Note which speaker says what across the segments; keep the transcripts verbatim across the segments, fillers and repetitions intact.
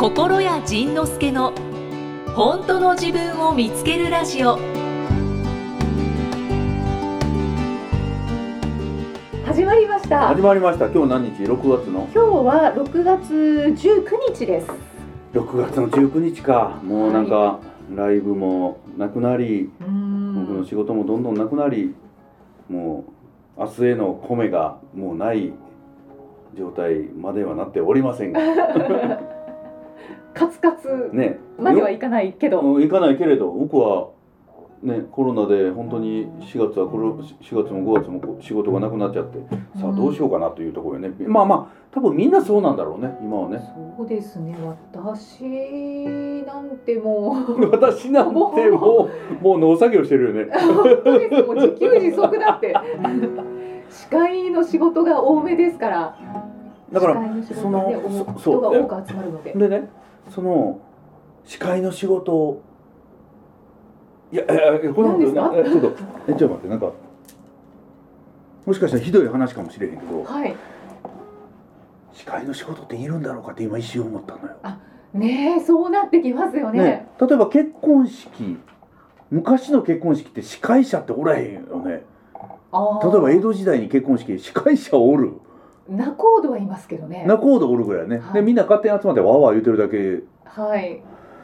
Speaker 1: 心谷仁之助の本当の自分を見つけるラジオ。
Speaker 2: 始まりました
Speaker 3: 始まりました。今日何日？ろくがつの
Speaker 2: 今日はろくがつじゅうくにちです。
Speaker 3: ろくがつのじゅうくにちか。もうなんか、はい、ライブもなくなり、うーん僕の仕事もどんどんなくなり、もう明日への米がもうない状態まではなっておりませんが
Speaker 2: カツカツまではいかないけど、
Speaker 3: ね、いかないけれど僕はね、コロナで本当にしがつはしがつもごがつも仕事がなくなっちゃって、さあどうしようかなというところよね、うん、まあまあ多分みんなそうなんだろうね今はね。
Speaker 2: そうですね。私なんても
Speaker 3: う私なんてもうもう農作業してるよね
Speaker 2: 本当です。もう自給自足だって司会の仕事が多めですから、
Speaker 3: だから
Speaker 2: 司会の仕事
Speaker 3: その
Speaker 2: 人が多く集まるので
Speaker 3: でね、その司会の仕事をいやいやこのことなちょっとえちょっと待って、なんかもしかしたらひどい話かもしれへんけど、
Speaker 2: はい、
Speaker 3: 司会の仕事っているんだろうかって今一瞬思ったのよ。
Speaker 2: あねえ、そうなってきますよ ね, ね
Speaker 3: 例えば結婚式、昔の結婚式って司会者っておらへんよね。あ例えば江戸時代に結婚式司会者おる？
Speaker 2: 仲人はいますけどね。
Speaker 3: 仲人おるぐらいね、はい、でみんな勝手に集まってワーワー言うてるだけ。
Speaker 2: はい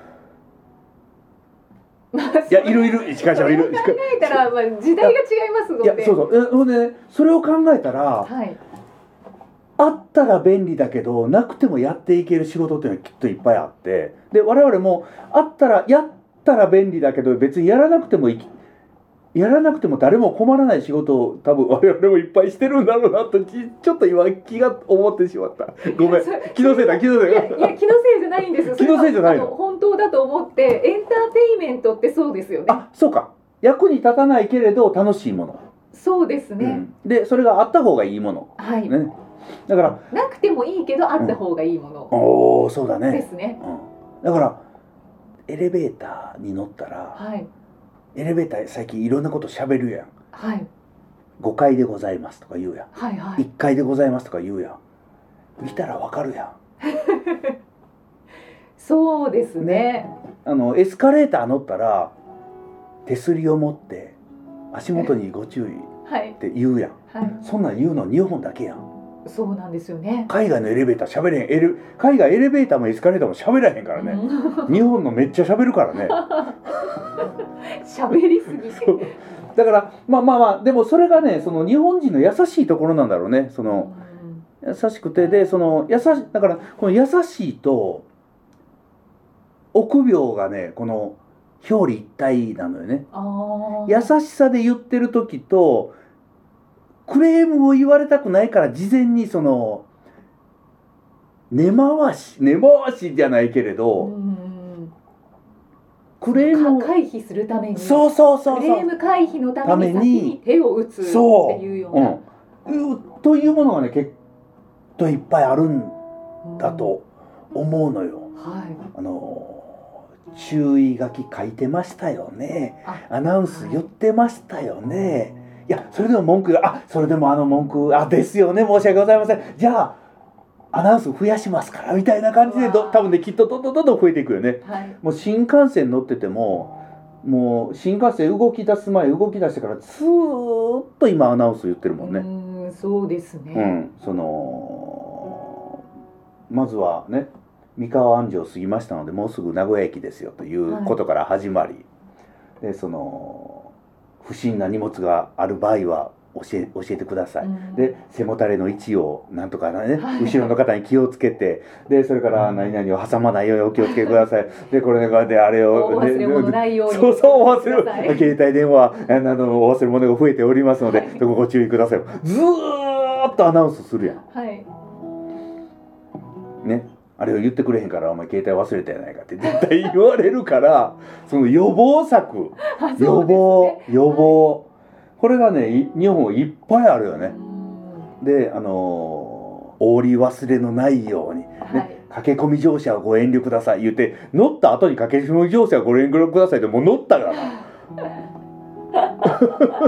Speaker 3: いやいるいる司会者はいる。
Speaker 2: 考えたら、まあ、時代が違いますので。
Speaker 3: いやそうそうほんで、ね、それを考えたら、はい、あったら便利だけどなくてもやっていける仕事っていうのはきっといっぱいあって、で我々もあったらやったら便利だけど別にやらなくてもいきやらなくても誰も困らない仕事を多分我々もいっぱいしてるんだろうなとちょっと今気が思ってしまった。ごめん、気のせいだ気のせいだ。
Speaker 2: いやいや気のせいじゃないんです。
Speaker 3: 気のせいじゃないの。
Speaker 2: 本当だと思って。エンターテインメントってそうですよね。
Speaker 3: あ、そうか。役に立たないけれど楽しいもの。
Speaker 2: そうですね、うん、
Speaker 3: でそれがあった方がいいもの、
Speaker 2: はい
Speaker 3: ね、だから
Speaker 2: なくてもいいけどあった方がいいもの、
Speaker 3: うん、おおそうだね
Speaker 2: ですね、
Speaker 3: うん、だからエレベーターに乗ったら、はい、エレベーター最近いろんなこと喋るやん、はい、ごかいでございますとか言うやん、はいはい、いっかいでございますとか言うやん。見たらわかるやん
Speaker 2: そうですね。
Speaker 3: ね、あのエスカレーター乗ったら手すりを持って足元にご注意って言うやん、はいはい、そんなん言うの日本だけやん。
Speaker 2: そうなんですよね。
Speaker 3: 海外のエレベーター喋れへん。エレ海外エレベーターもエスカレーターも喋らへんからね日本のめっちゃ喋るからね
Speaker 2: 喋りすぎ
Speaker 3: だからまあまあまあでもそれがねその日本人の優しいところなんだろうね。その優しくてでその優しだからこの優しいと臆病がねこの表裏一体なのよね。あ優しさで言ってる時とクレームを言われたくないから事前にその根回し根回しじゃないけれどうん
Speaker 2: クレームを回避するために
Speaker 3: そうそうそうそう
Speaker 2: クレーム回避のために先に手を打つっていうような
Speaker 3: そう、うん、というものがね結構いっぱいあるんだと思うのよ、うんはい、あの注意書き書いてましたよね。アナウンス言ってましたよね、はい、いやそれでも文句があそれでもあの文句あですよね申し訳ございませんじゃあアナウンス増やしますからみたいな感じでど多分ねきっとどんどんどんどん増えていくよね、はい、もう新幹線乗っててももう新幹線動き出す前動き出してからずーっと今アナウンス言ってるもんね。
Speaker 2: うんそうですね、
Speaker 3: うん、そのまずはね三河安城を過ぎましたのでもうすぐ名古屋駅ですよということから始まり、はい、でその不審な荷物がある場合は教え、教えてください、うん、で背もたれの位置をなんとかね、はい、後ろの方に気をつけてでそれから何々を挟まないようにお気をつけてくださいでこれであれを、
Speaker 2: ね、お忘れ物ないように
Speaker 3: そうそうお忘れ物携帯電話あのお忘れ物が増えておりますので、はい、ご注意ください。ずーっとアナウンスするやん、はいね、あれを言ってくれへんからお前携帯忘れたやないかって絶対言われるからその予防策予防、ね、予防、はい、これがね日本いっぱいあるよね。であのー、お降り忘れのないように、ねはい、駆け込み乗車はご遠慮ください言って乗った後に駆け込み乗車はご遠慮くださいってもう乗ったから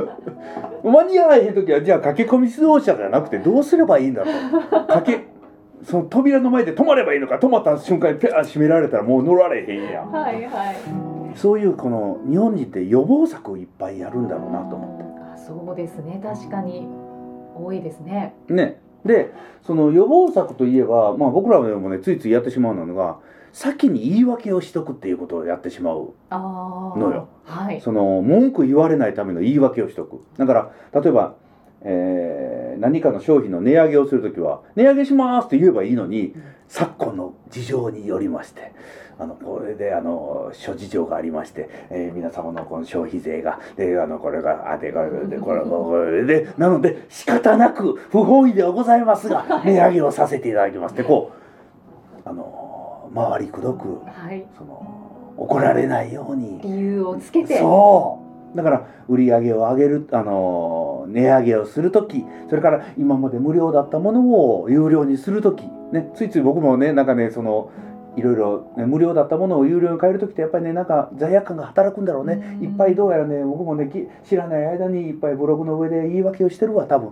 Speaker 3: 間に合わへん時はじゃあ駆け込み乗車じゃなくてどうすればいいんだと駆けその扉の前で止まればいいのか、止まった瞬間にペア閉められたらもう乗られへんやん。
Speaker 2: はいはい。
Speaker 3: そういうこの日本人って予防策いっぱいやるんだろうなと思って。
Speaker 2: あ、そうですね、確かに多いですね。
Speaker 3: ね。でその予防策といえば、まあ、僕らでもねついついやってしまうのが、先に言い訳をしとくっていうことをやってしまうのよ。
Speaker 2: はい、
Speaker 3: その文句言われないための言い訳をしとく。だから例えば、えー、何かの商品の値上げをするときは値上げしますって言えばいいのに、うん、昨今の事情によりましてあのこれであの諸事情がありまして、えー、皆様のこの消費税がであのこれがあでこれでこれこれでなので仕方なく不本意ではございますが値上げをさせていただきますってこうあの回りくどく、はい、その怒られないように
Speaker 2: 理由をつけて、
Speaker 3: そうだから売り上げを上げるあの値上げをするとき、それから今まで無料だったものを有料にするとき、ね、ついつい僕もねなんかねそのいろいろ、ね、無料だったものを有料に変えるときってやっぱりねなんか罪悪感が働くんだろうね。いっぱいどうやらね僕もね知らない間にいっぱいブログの上で言い訳をしてるわ多分。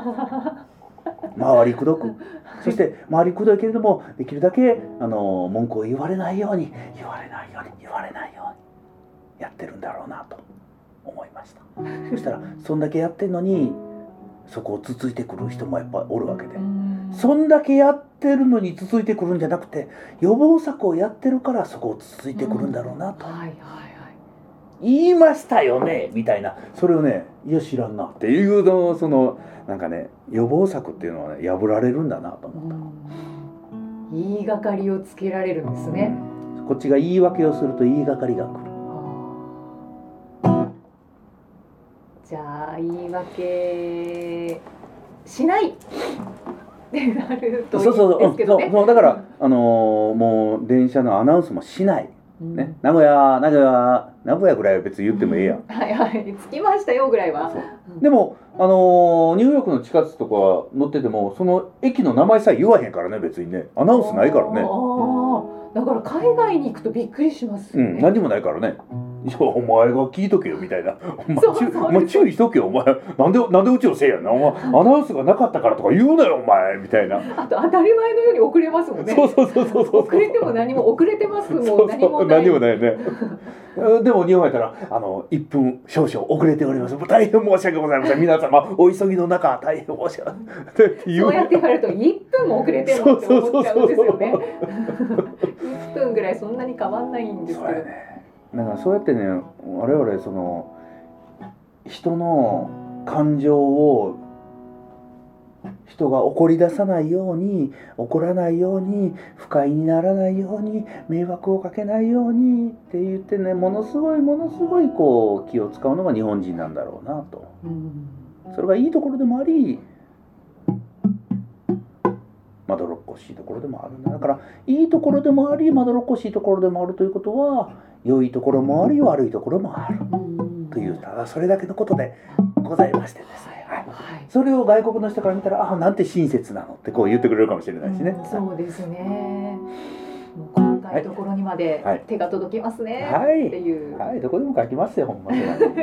Speaker 3: 回りくどく、そして回りくどいけれどもできるだけあの文句を言われないように言われないように言われないようにやってるんだろうなと思いました。そしたらそんだけやってんのにそこをつついてくる人もやっぱりおるわけで、そんだけやってるのにつついてくるんじゃなくて予防策をやってるからそこをつついてくるんだろうなと、うんはいはいはい、言いましたよねみたいな、それをねいや知らんなっていうのそのなんかね予防策っていうのはね破られるんだなと思った、
Speaker 2: うん、言いがかりをつけられるんですね、
Speaker 3: うん、こっちが言い訳をすると言いがかりが来る。
Speaker 2: じゃあ言い訳しないってなるといいんですけどね。そうそうそう
Speaker 3: そうだから、あのー、もう電車のアナウンスもしない、うんね、名古屋名古屋名古屋ぐらいは別に言ってもええやん、
Speaker 2: うん、はいはい着きましたよぐらいは、
Speaker 3: うん、でも、あのー、ニューヨークの地下鉄とか乗っててもその駅の名前さえ言わへんからね別にねアナウンスないからね。
Speaker 2: あだから海外に行くとびっくりしますよね、
Speaker 3: うん、何もないからね。いやお前が聞いとけよみたいなお前, そうそうお前注意しとけよお前なんでなんでうちのせいやんなお前アナウンスがなかったからとか言うなよお前みたいな。
Speaker 2: あと当たり前のように遅れますもんね。
Speaker 3: そうそうそうそうそう
Speaker 2: 遅れても何も遅れてますもん何もない。
Speaker 3: 何もないよねでも日本やったらあのいっぷん少々遅れております大変申し訳ございません皆様お急ぎの中大変申し訳ない
Speaker 2: そうやって言われるといっぷんも遅れてるのって思っちゃうんですよねいっぷんぐらいそんなに変わんないんですけど。そうやね。
Speaker 3: だからそうやってね我々その人の感情を人が怒り出さないように怒らないように不快にならないように迷惑をかけないようにって言ってねものすごいものすごいこう気を使うのが日本人なんだろうなと、うん、それがいいところでもありまどろっこしいところでもあるんだ。だからいいところでもありまどろっこしいところでもあるということは良いところもあり悪いところもあるというただそれだけのことでございましてですね、はいはい、それを外国の人から見たらあなんて親切なのってこう言ってくれるかもしれないしね、
Speaker 2: うん、そうですね細かいところにまで手が届きますね、はい、っていう、
Speaker 3: はいはい、どこでも書きますよほんまに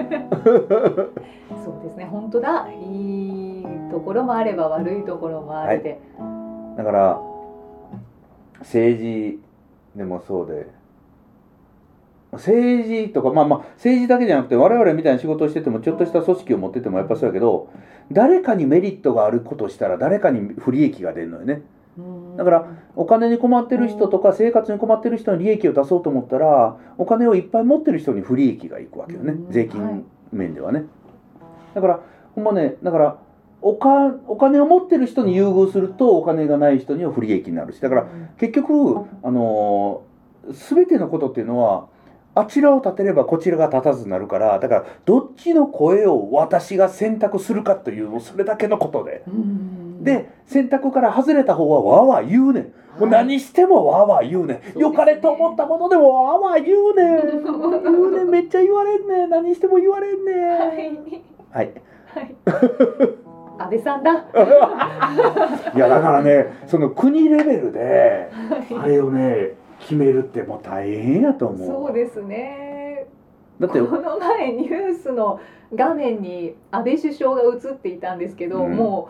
Speaker 2: そうですね本当だいいところもあれば悪いところもあるで、
Speaker 3: はい、だから政治でもそうで政治とかまあまあ政治だけじゃなくて我々みたいな仕事をしててもちょっとした組織を持っててもやっぱそうやけど誰かにメリットがあることをしたら誰かに不利益が出るのよね。だからお金に困ってる人とか生活に困ってる人に利益を出そうと思ったらお金をいっぱい持ってる人に不利益がいくわけよね税金面ではね。だからほんまねだからおかお金を持ってる人に優遇するとお金がない人には不利益になるしだから結局あの全てのことっていうのはあちらを立てればこちらが立たずになるからだからどっちの声を私が選択するかというそれだけのことでで選択から外れた方はわわ言うねん、はい、もう何してもわわ言うねん、ね、よかれと思ったことでもわわ言うねん言うねんめっちゃ言われんねん何しても言われんねんはい、はい、はい
Speaker 2: 安倍さんだ
Speaker 3: いやだからねその国レベルであれをね決めるってもう大変やと思う。
Speaker 2: そうですね。
Speaker 3: だって
Speaker 2: この前ニュースの画面に安倍首相が映っていたんですけど、うん、もう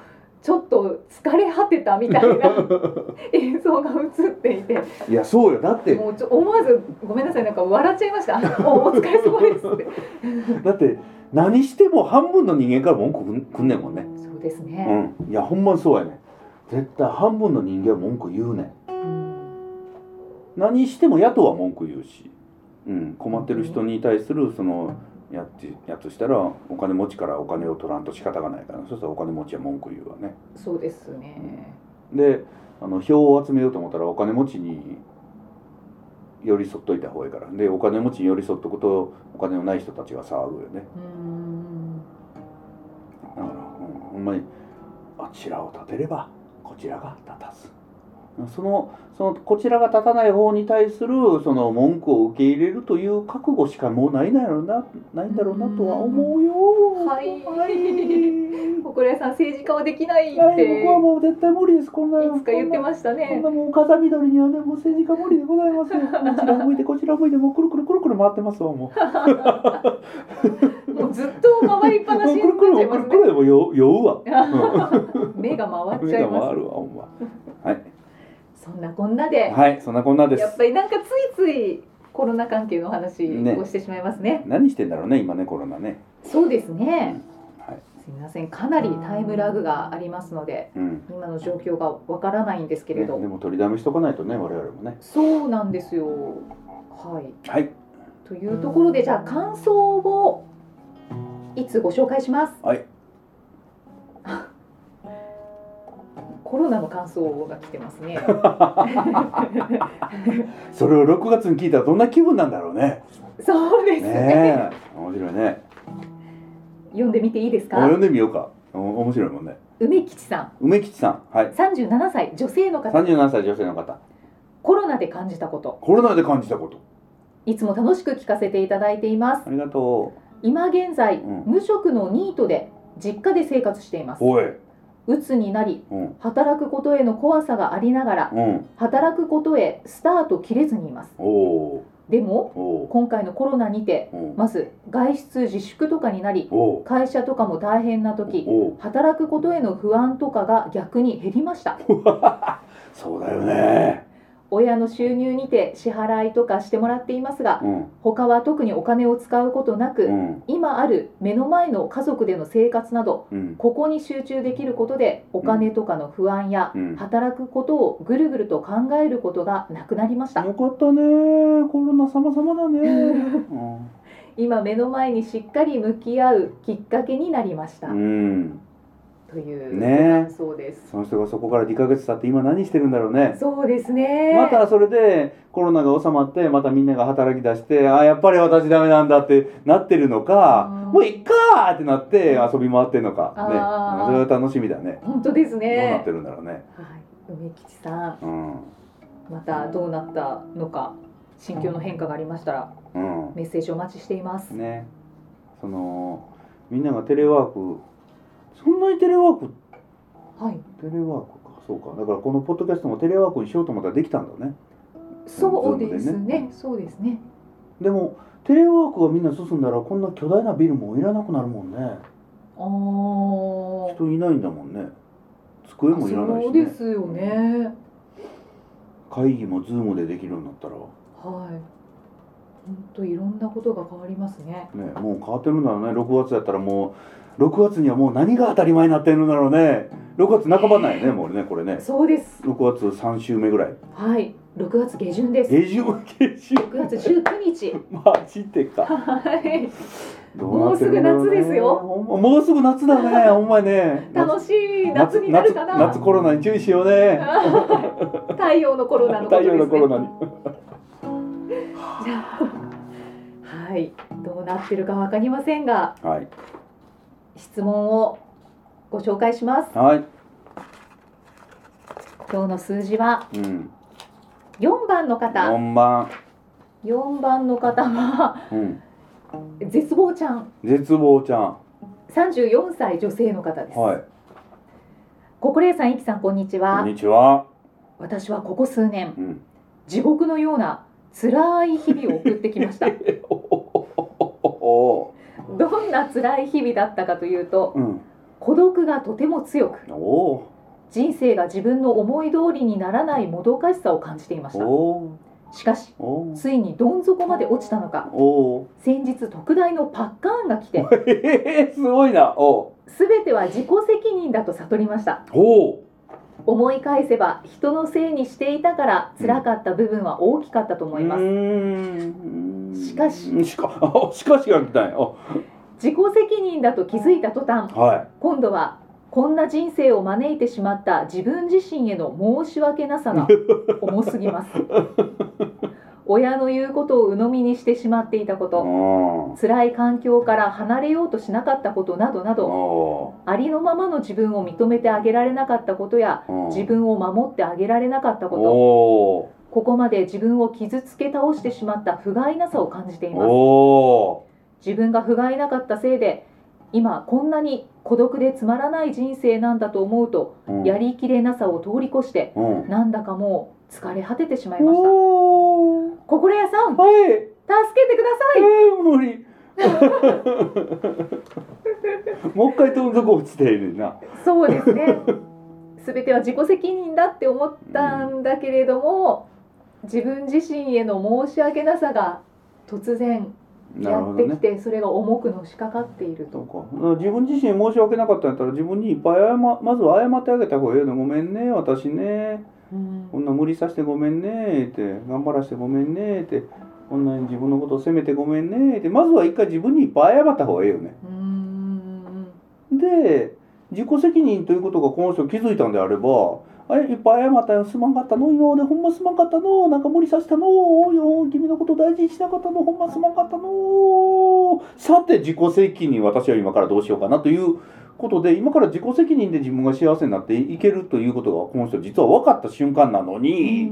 Speaker 2: ちょっと疲れ果てたみたいな映像が映っていて、
Speaker 3: いやそうよ、だって
Speaker 2: もうちょ思わずごめんなさい、なんか笑っちゃいましたおお疲れ様ですって
Speaker 3: だって何しても半分の人間から文句くんねんもんね。
Speaker 2: そうですね、
Speaker 3: うん、いやほんまにそうやね。絶対半分の人間は文句言うねん、うん、何しても野党は文句言うし、うん、困ってる人に対するそのやってやつしたらお金持ちからお金を取らんと仕方がないから、そしたらお金持ちは文句言うわね。
Speaker 2: そうですね、
Speaker 3: うん、であの票を集めようと思ったらお金持ちに寄り添っといた方がいいから、でお金持ちに寄り添っとくとお金のない人たちが騒ぐよね。うんだから、うん、ほんまにあちらを立てればこちらが立たず、そのそのこちらが立たない方に対するその文句を受け入れるという覚悟しかもうないんだろうな、ないんだろうなとは思うよ。
Speaker 2: はい、はい、小倉さん政治家はできないって、
Speaker 3: はい、僕はもう絶対無理です。こんない
Speaker 2: つか言ってましたね。
Speaker 3: こんなもう風緑にはねもう政治家無理でございますよ。こちら向いてこちら向いてもうくるくるくるくる回ってますわも
Speaker 2: うもうずっと回りっぱなしになっちゃいますね。
Speaker 3: くるくるくるくるでも酔うわ
Speaker 2: 目が回っちゃいます。
Speaker 3: 目が回るわほんま。はい、
Speaker 2: そんなこんなで、
Speaker 3: はい、そんなこんなです。
Speaker 2: やっぱりなんかついついコロナ関係の話をしてしまいますね。
Speaker 3: ね、何してんだろうね今ね、コロナね。
Speaker 2: そうですね、
Speaker 3: うん、はい、
Speaker 2: すみません、かなりタイムラグがありますので、うん、今の状況がわからないんですけれど、
Speaker 3: ね、でも取りだめしとかないとね、我々もね。
Speaker 2: そうなんですよ。はい、
Speaker 3: はい、
Speaker 2: というところで、じゃあ感想をいつご紹介します。
Speaker 3: はい。
Speaker 2: コロナの感想が来てますね
Speaker 3: それをろくがつに聞いたらどんな気分なんだろうね。
Speaker 2: そうですね。
Speaker 3: ねえ、面白いね。
Speaker 2: 読んでみていいですか。
Speaker 3: 読んでみようか。お面白いもんね。
Speaker 2: 梅吉さん。
Speaker 3: 梅吉さん、はい。
Speaker 2: さんじゅうななさい女性の方。
Speaker 3: さんじゅうななさい女性の方。
Speaker 2: コロナで感じたこと。
Speaker 3: コロナで感じたこと。
Speaker 2: いつも楽しく聞かせていただいています。
Speaker 3: ありがとう。
Speaker 2: 今現在、
Speaker 3: うん、
Speaker 2: 無職のニートで実家で生活しています。
Speaker 3: おい。
Speaker 2: 鬱になり、
Speaker 3: うん、
Speaker 2: 働くことへの怖さがありながら、うん、働くことへスタート切れずにいます。
Speaker 3: お
Speaker 2: でも今回のコロナにて、まず外出自粛とかになり、会社とかも大変な時、働くことへの不安とかが逆に減りました
Speaker 3: そうだよね。
Speaker 2: 親の収入にて支払いとかしてもらっていますが、うん、他は特にお金を使うことなく、うん、今ある目の前の家族での生活など、うん、ここに集中できることでお金とかの不安や、うん、働くことをぐるぐると考えることがなくなりました。
Speaker 3: よかったね、コロナ様々だね、うん、
Speaker 2: 今目の前にしっかり向き合うきっかけになりました、うんという
Speaker 3: ね、
Speaker 2: そうです。
Speaker 3: その人がそこからにかげつ経って今何してるんだろうね。
Speaker 2: そうですね。
Speaker 3: またそれでコロナが収まってまたみんなが働き出して、あやっぱり私ダメなんだってなってるのか、うん、もういっかーってなって遊び回ってるのか、ね、それは楽しみだね。
Speaker 2: 本当ですね。
Speaker 3: どうなってるんだろうね。
Speaker 2: はい、梅吉さん、うん、またどうなったのか心境の変化がありましたら、うん、メッセージお待ちしています。
Speaker 3: ね、そのみんながテレワーク、そんなにテレワーク、
Speaker 2: はい、
Speaker 3: テレワークか、そうか。だからこのポッドキャストもテレワークにしようと思ったらできたんだね。
Speaker 2: そうですね、ね、そうですね。
Speaker 3: でもテレワークがみんな進んだらこんな巨大なビルもいらなくなるもんね。ああ、人いないんだもんね。机もいらないしね。
Speaker 2: そうですよね。
Speaker 3: 会議もズームでできるようになったら、はい、
Speaker 2: 本当いろんなことが変わりますね。
Speaker 3: ね、もう変わってるんだろうね。ろくがつやったらもうろくがつにはもう何が当たり前になってるんだろうね。ろくがつ半ばなんやね、もうね、これね。
Speaker 2: そうです。
Speaker 3: ろくがつさん週目ぐらい。
Speaker 2: はい、ろくがつ下旬です。
Speaker 3: 下旬、下旬。
Speaker 2: ろくがつじゅうくにち。
Speaker 3: マジでか。
Speaker 2: はい。もうすぐ夏ですよ。
Speaker 3: もうすぐ夏だね、ほんまにね。
Speaker 2: 楽しい夏になるかな。
Speaker 3: 夏、夏コロナに注意しようね。
Speaker 2: 太陽のコロナのことですね。
Speaker 3: 太陽のコロナに。
Speaker 2: じゃあ、はい、どうなってるかわかりませんが、はい、質問をご紹介します。はい。今日の数字は、うん、よんばんの方。
Speaker 3: よんばん。
Speaker 2: よんばんの方は、うん、絶望ちゃん。
Speaker 3: 絶望ちゃん。
Speaker 2: さんじゅうよんさい女性の方です。はい。心得さん、いきさん、こんにちは。
Speaker 3: こんにちは。
Speaker 2: 私はここ数年、うん、地獄のような辛い日々を送ってきましたどんな辛い日々だったかというと、うん、 孤独がとても強く、
Speaker 3: お
Speaker 2: 人生が自分の思い通りにならないもどかしさを感じていました。
Speaker 3: お
Speaker 2: しかしついにどん底まで落ちたのか、
Speaker 3: お
Speaker 2: 先日特大のパッカーンが来て
Speaker 3: えー、すごいな。お
Speaker 2: 全ては自己責任だと悟りました。
Speaker 3: お
Speaker 2: 思い返せば人のせいにしていたから辛かった部分は大きかったと思います。
Speaker 3: うーん
Speaker 2: しかし
Speaker 3: しかしかしが来たんや。
Speaker 2: 自己責任だと気づいた途端、
Speaker 3: はい、
Speaker 2: 今度はこんな人生を招いてしまった自分自身への申し訳なさが重すぎます親の言うことを鵜呑みにしてしまっていたこと、辛い環境から離れようとしなかったことなどなど、ありのままの自分を認めてあげられなかったことや、自分を守ってあげられなかったこと、ここまで自分を傷つけ倒してしまった不甲斐なさを感じています。自分が不甲斐なかったせいで今こんなに孤独でつまらない人生なんだと思うと、うん、やりきれなさを通り越して、うん、なんだかもう疲れ果ててしまいました。心屋さん、
Speaker 3: はい、
Speaker 2: 助けてください。
Speaker 3: えー、無理もう一回どん底落ちているな。
Speaker 2: そうですね全ては自己責任だって思ったんだけれども、うん、自分自身への申し訳なさが突然やってきて、ね、それが重くのしかかっていると。
Speaker 3: そうか、自分自身申し訳なかったんやったら自分にいっぱい謝まずは謝ってあげた方がいいよね。ごめんね私ね、うん、こんな無理させてごめんねって、頑張らせてごめんねって、こんなに自分のことを責めてごめんねって、まずは一回自分にいっぱい謝った方がいいよね。うーんで自己責任ということがこの人気づいたんであれば、あれいっぱい謝ったよ、すまんかったの、今までほんますまんかったの、なんか無理させたのよ、君のこと大事にしなかったの、ほんますまんかったの。さて自己責任、私は今からどうしようかなということで、今から自己責任で自分が幸せになっていけるということがこの人実は分かった瞬間なのに、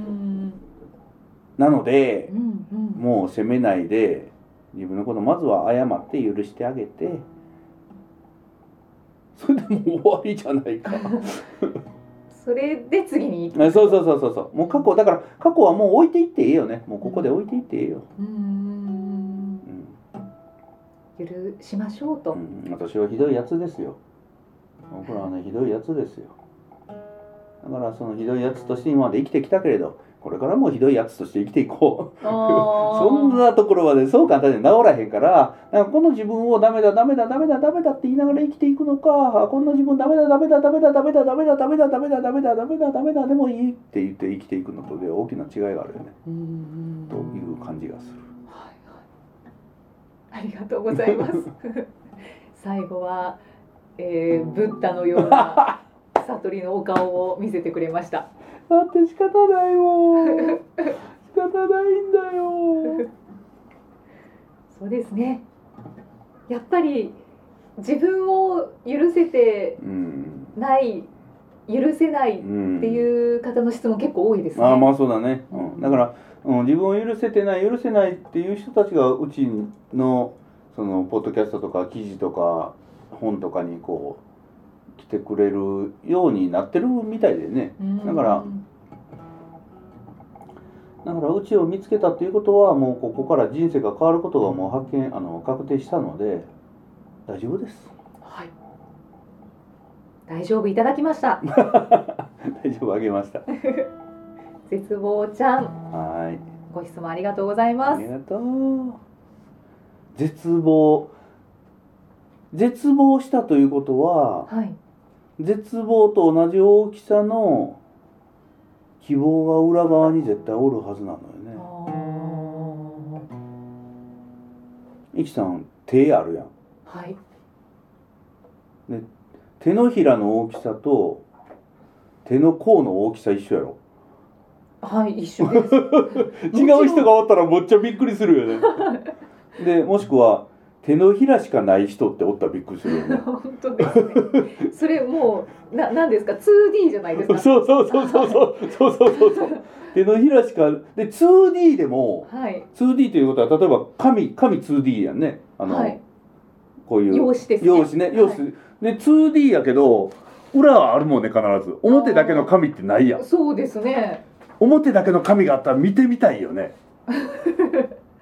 Speaker 3: なので、うんうん、もう責めないで自分のことまずは謝って許してあげて、それでもう終わりじゃないか
Speaker 2: それで次に
Speaker 3: そうそうそうそうそう、もう過去だから、過去はもう置いていっていいよね。もうここで置いていっていいよ。うん、
Speaker 2: うん、許しましょうと、うん、
Speaker 3: 私はひどいやつですよ。僕らはねひどいやつですよ。だからそのひどいやつとして今まで生きてきたけれど、これからもひどいやつとして生きていこうそんなところまでそう簡単に治らへんから、なんかこの自分をダメだダメだダメだダメだって言いながら生きていくのか、こんな自分ダメだダメだダメだダメだダメだダメだダメだダメだダメだダメだでもいいって言って生きていくのとで大きな違いがあるよね、うんという感じがする。
Speaker 2: はいはい、ありがとうございます最後は、えー、ブッダのような悟りのお顔を見せてくれました。
Speaker 3: だって仕方ないもん仕方ないんだよ
Speaker 2: そうですね、やっぱり自分を許せてない、うん、許せないっていう方の質問結構多いですね。
Speaker 3: ああ、まあそうだね、うん、だから、うん、自分を許せてない許せないっていう人たちがうちのそのポッドキャストとか記事とか本とかにこう来てくれるようになってるみたいでね。だからだからうちを見つけたっていうことはもうここから人生が変わることがもう発見あの確定したので大丈夫です。
Speaker 2: はい。大丈夫いただきました。
Speaker 3: 大丈夫あげました。
Speaker 2: 絶望ちゃん。
Speaker 3: はい。
Speaker 2: ご質問ありがとうございます。
Speaker 3: ありがとう。絶望。絶望したということは、はい、絶望と同じ大きさの希望が裏側に絶対おるはずなのよね。いきさん手あるやん。
Speaker 2: はい。
Speaker 3: で手のひらの大きさと手の甲の大きさ一緒やろ。
Speaker 2: はい、一緒です。
Speaker 3: 違う人がおったらめっちゃびっくりするよね。でもしくは手のひらしかない人っておったらびっくりするよね。
Speaker 2: 本当ですね。それもうななんですか ツーディー じゃないですか。
Speaker 3: そうそうそうそうそうそうそうそうそう。手のひらしかで ツーディー でも、はい、ツーディー ということは例えば紙紙 ツーディー やんね。あの、はい、こういう
Speaker 2: 用紙ですね。
Speaker 3: 用紙ね用紙、はい、で ツーディー やけど裏はあるもんね必ず。表だけの紙ってないやん。
Speaker 2: そうですね。
Speaker 3: 表だけの紙があったら見てみたいよね。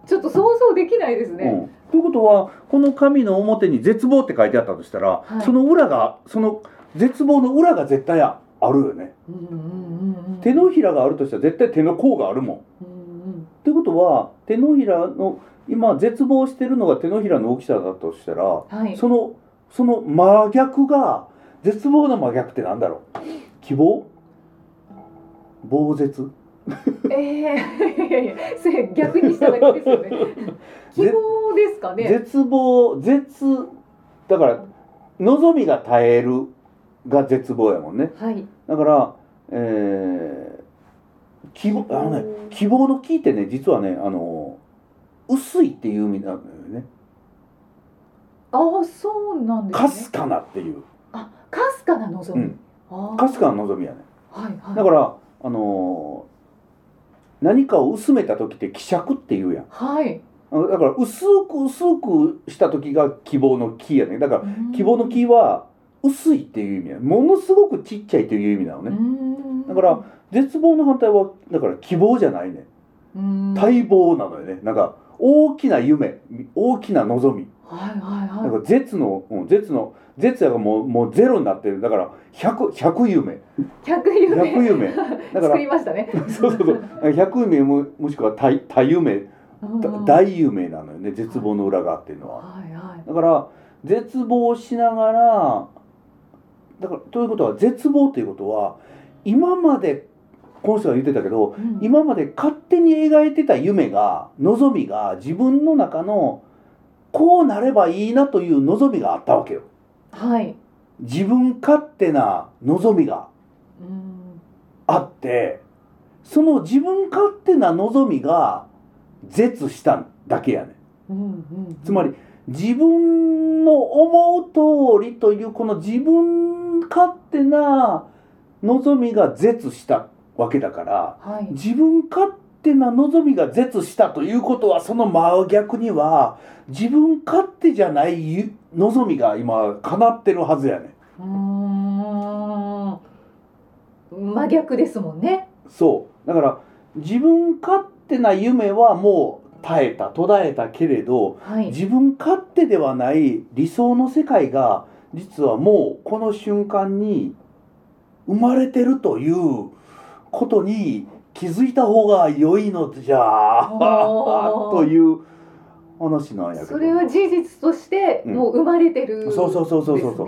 Speaker 2: ちょっと想像できないですね、
Speaker 3: うん、ということはこの紙の表に絶望って書いてあったとしたら、はい、その裏がその絶望の裏が絶対あるよね、うんうんうんうん、手のひらがあるとしたら絶対手の甲があるもん、うんうん、ということは手のひらの今絶望してるのが手のひらの大きさだとしたら、はい、そのその真逆が絶望の真逆ってなんだろう。希望、呆絶
Speaker 2: ええー、それ逆にしただけですよね希望ですかね。
Speaker 3: 絶望、絶だから望みが絶えるが絶望やもんね、はい、だから、えー、希望、あのね、希望の希ってね実はねあの薄いっていう意味なんだよね。
Speaker 2: ああそうなんですね。
Speaker 3: かすかなっていう、
Speaker 2: あ、かすかな望み、
Speaker 3: うん、かすかな望みやね、
Speaker 2: はいはい、
Speaker 3: だからあのー、何かを薄めた時って希釈っていうやん、
Speaker 2: はい、
Speaker 3: だから薄く薄くした時が希望の希やね。だから希望の希は薄いっていう意味や、ものすごくちっちゃいという意味なのね。だから絶望の反対はだから希望じゃないね、待望なのよね。なんか大きな夢、大きな望み、はいはいはい、だから絶の、うん、絶の絶やがもう、もうゼロになってる。だからひゃく、ひゃく夢
Speaker 2: ひゃく夢
Speaker 3: ひゃく夢だから
Speaker 2: 作りましたね
Speaker 3: そうそうそうひゃく夢 も, もしくは多夢、大夢なのよね、絶望の裏側っていうのは、はいはい、だから絶望しながらだからということは絶望ということは今までこの人が言ってたけど、うん、今まで勝手に描いてた夢が望みが自分の中のこうなればいいなという望みがあったわけよ、はい、自分勝手な望みがあって、うん、その自分勝手な望みが絶しただけやね、うんうんうん、つまり自分の思う通りというこの自分勝手な望みが絶したわけだから、はい、自分勝手な望みが絶したということはその真逆には自分勝手じゃない望みが今叶ってるはずやね。
Speaker 2: うーん、真逆ですもんね。
Speaker 3: そうだから自分勝手な夢はもう耐えた途絶えたけれど、はい、自分勝手ではない理想の世界が実はもうこの瞬間に生まれてるということに気づいた方が良いのじゃという話なんやけど、
Speaker 2: それは事実としてもう生まれてるんですね。
Speaker 3: そうそうそうそうそうそう。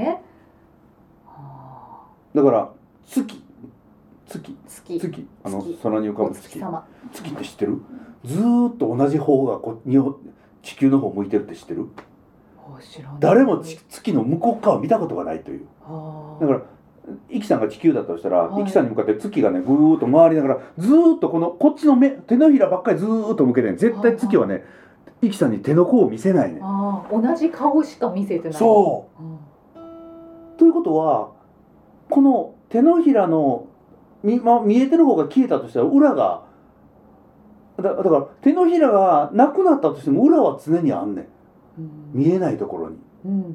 Speaker 3: だから月月月月あの空に浮かぶ月、月って知ってる？ずーっと同じ方がこ日本地球の方向いてるって知ってる？知らない。誰も月の向こう側見たことがないという。だからイキさんが地球だとしたら、はい、イキさんに向かって月がねぐーっと回りながらずーっとこのこっちの目手のひらばっかりずーっと向けてね、絶対月はねイキさんに手の甲を見せないね。
Speaker 2: あ、同じ顔しか見せてない。
Speaker 3: そう、うん、ということはこの手のひらの 見,、ま、見えてる方が消えたとしたら裏が だ, だから手のひらがなくなったとしても裏は常にあんねん、うん、見えないところに、うんうんうんうん、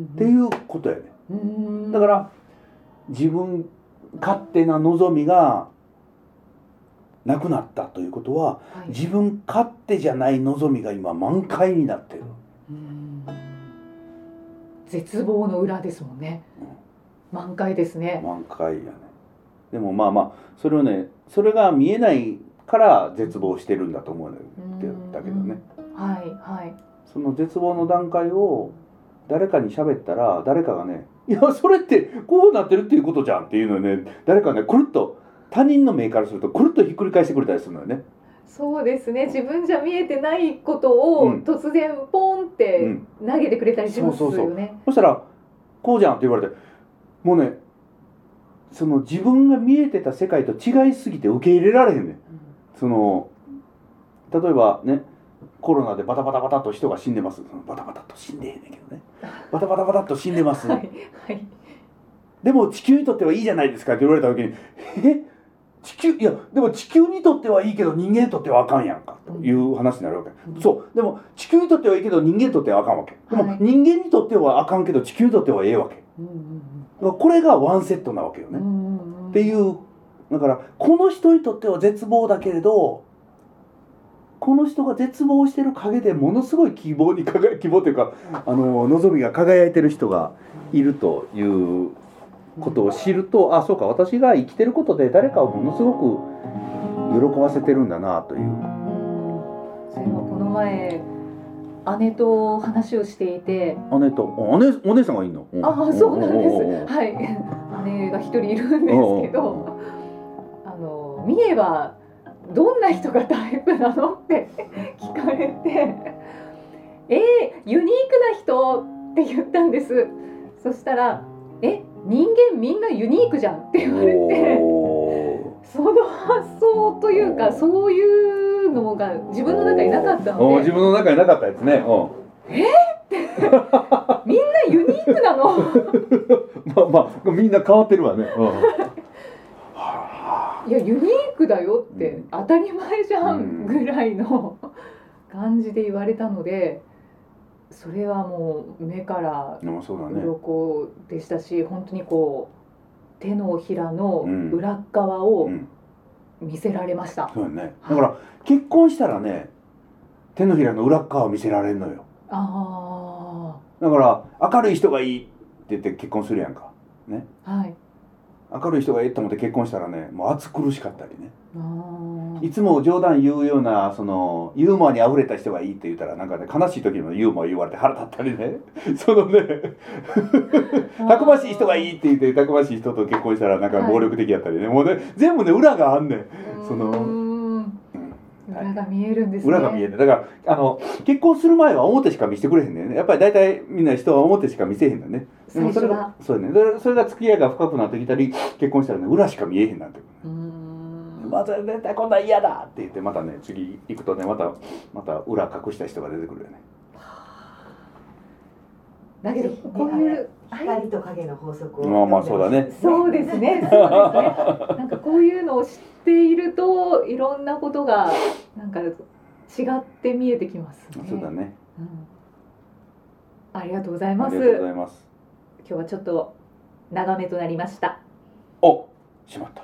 Speaker 3: っていうことやね、うん、だから自分勝手な望みがなくなったということは、はい、自分勝手じゃない望みが今満開になってる、うん、
Speaker 2: 絶望の裏ですもんね、うん、満開ですね。
Speaker 3: 満開やね。でもまあまあそれをねそれが見えないから絶望してるんだと思うんだけどね、
Speaker 2: はいはい、
Speaker 3: その絶望の段階を誰かに喋ったら誰かがね、いやそれってこうなってるっていうことじゃんっていうのをね、誰かねくるっと他人の目からするとくるっとひっくり返してくれたりするのよね。
Speaker 2: そうですね、自分じゃ見えてないことを突然ポンって投げてくれたりしますよね、うんうん、そうそうそう。
Speaker 3: そしたらこうじゃんって言われて、もうねその自分が見えてた世界と違いすぎて受け入れられへんねん、うん、その例えばねコロナでバタバタバタと人が死んでます。バタバタと死んでへんねんけどね。バタバタバタと死んでます。はいはい、でも地球にとってはいいじゃないですかって言われた時に、え地球いやでも地球にとってはいいけど人間にとってはあかんやんかという話になるわけ。うん、そうでも地球にとってはいいけど人間にとってはあかんわけ。でも人間にとってはあかんけど地球にとってはええわけ。うんうんうん、これがワンセットなわけよね。うんうんうん、っていうだからこの人にとっては絶望だけれど。ここの人が絶望してる陰でものすごい希望に輝希望というかあの望みが輝いてる人がいるということを知ると、あ、そうか、私が生きてることで誰かをものすごく喜ばせてるんだなという。
Speaker 2: それはこの前姉と話をしていて、
Speaker 3: 姉とお 姉, お姉さんがいいの？
Speaker 2: ああ、そうなんです。はい、姉が一人いるんですけど、あのミエはどんな人がタイプなのって聞かれて、えー、ユニークな人って言ったんです。そしたら、え、人間みんなユニークじゃんって言われて、その発想というかそういうのが自分の中になかったので、
Speaker 3: 自分の中になかったやつね。
Speaker 2: えってみんなユニークなの
Speaker 3: まあまあみんな変わってるわね。
Speaker 2: いやユニークだよって、うん、当たり前じゃんぐらいの感じで言われたので、それはもう目から鱗でしたし、本当にこう手のひらの裏側を見せられました。
Speaker 3: そうだね。だから結婚したらね、手のひらの裏側を見せられるのよ。
Speaker 2: あ
Speaker 3: あ。だから明るい人がいいって言って結婚するやんか。ね。
Speaker 2: はい。
Speaker 3: 明るい人がいいと思って結婚したらね、もう暑苦しかったりね。いつも冗談言うようなそのユーモアにあふれた人がいいって言ったら、なんかね、悲しい時のユーモア言われて腹立ったりねそのねたくましい人がいいって言ってたくましい人と結婚したらなんか暴力的やったりね、はい、もうね全部ね裏があんねん。その
Speaker 2: 裏が見えるんですね。
Speaker 3: 裏が見える。だからあの結婚する前は表しか見せてくれへんねんね。やっぱり大体みんな人は表しか見せへんのね。でもそれがそうね。それが付き合いが深くなってきたり、結婚したらね裏しか見えへんなんて。うーん、また絶対こんなん嫌だって言ってまたね次行くとねまたまた裏隠した人が出てくるよね。
Speaker 2: だけどこういう
Speaker 4: 光と影の法則を、
Speaker 3: まあまあそうだね。
Speaker 2: そうですね。そうですね。なんかこういうのを知っているといろんなことがなんか違って見えてきますね。
Speaker 3: そうだね。
Speaker 2: うん、ありがとうございます。
Speaker 3: ありがとうございます。
Speaker 2: 今日はちょっと長めとなりました。
Speaker 3: お、しまった。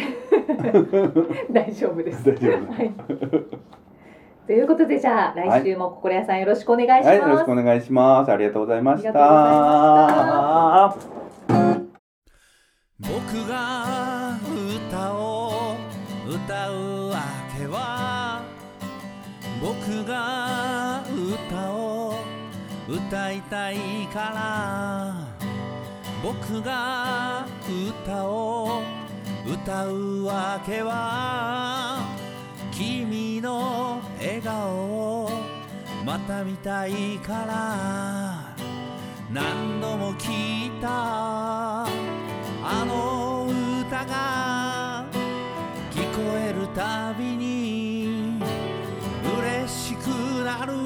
Speaker 2: 大丈夫です。
Speaker 3: 大丈夫。
Speaker 2: はい。ということで、じゃあ来週も心屋さんよろしくお願いします。
Speaker 3: はい、よろしくお願いします。ありがとうございました。
Speaker 5: 僕が歌を歌うわけは、僕が歌を歌いたいから、僕が歌を歌うわけは、君の笑顔をまた見たいから、何度も聞いたあの歌が聞こえるたびに嬉しくなる。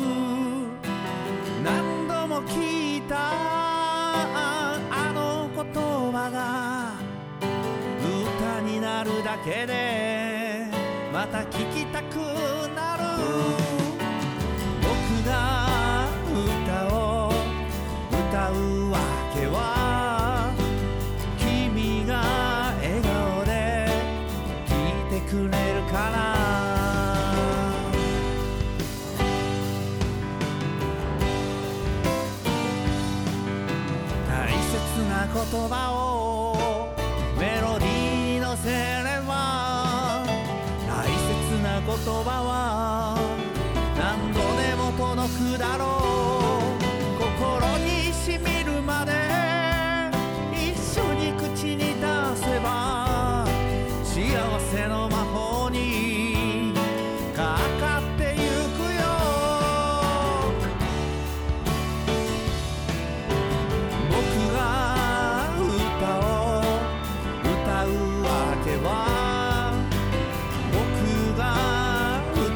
Speaker 5: 何度も聞いたあの言葉が歌になるだけでまた聞きたくなる。僕が歌を歌うわけは、君が笑顔で聞いてくれるから。大切な言葉をメロディーに乗せれば、大切な言葉は何度でも届くだろう。心にしみるまで一緒に口に出せば、幸せの魔法にかかってゆくよ。僕が歌を歌うわけは、僕が歌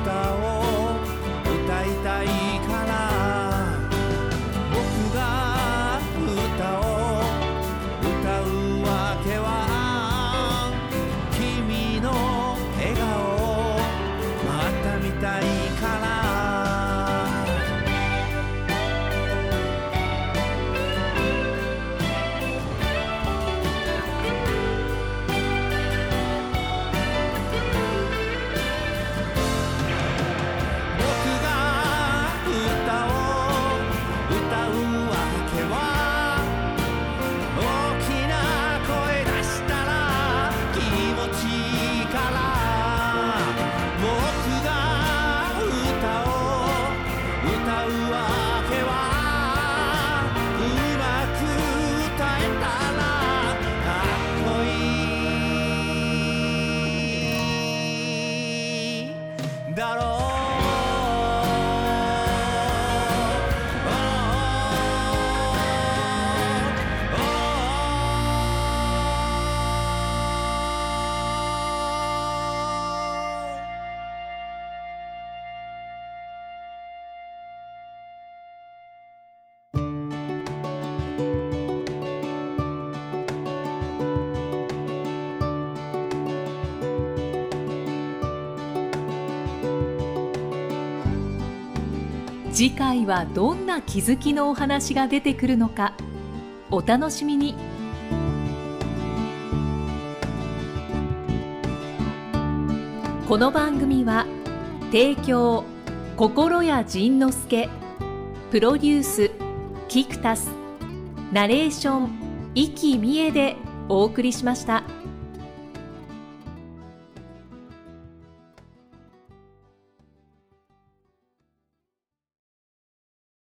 Speaker 1: 次回はどんな気づきのお話が出てくるのか、お楽しみに。この番組は提供心谷仁之助、プロデュースキクタス、ナレーション生きみえでお送りしました。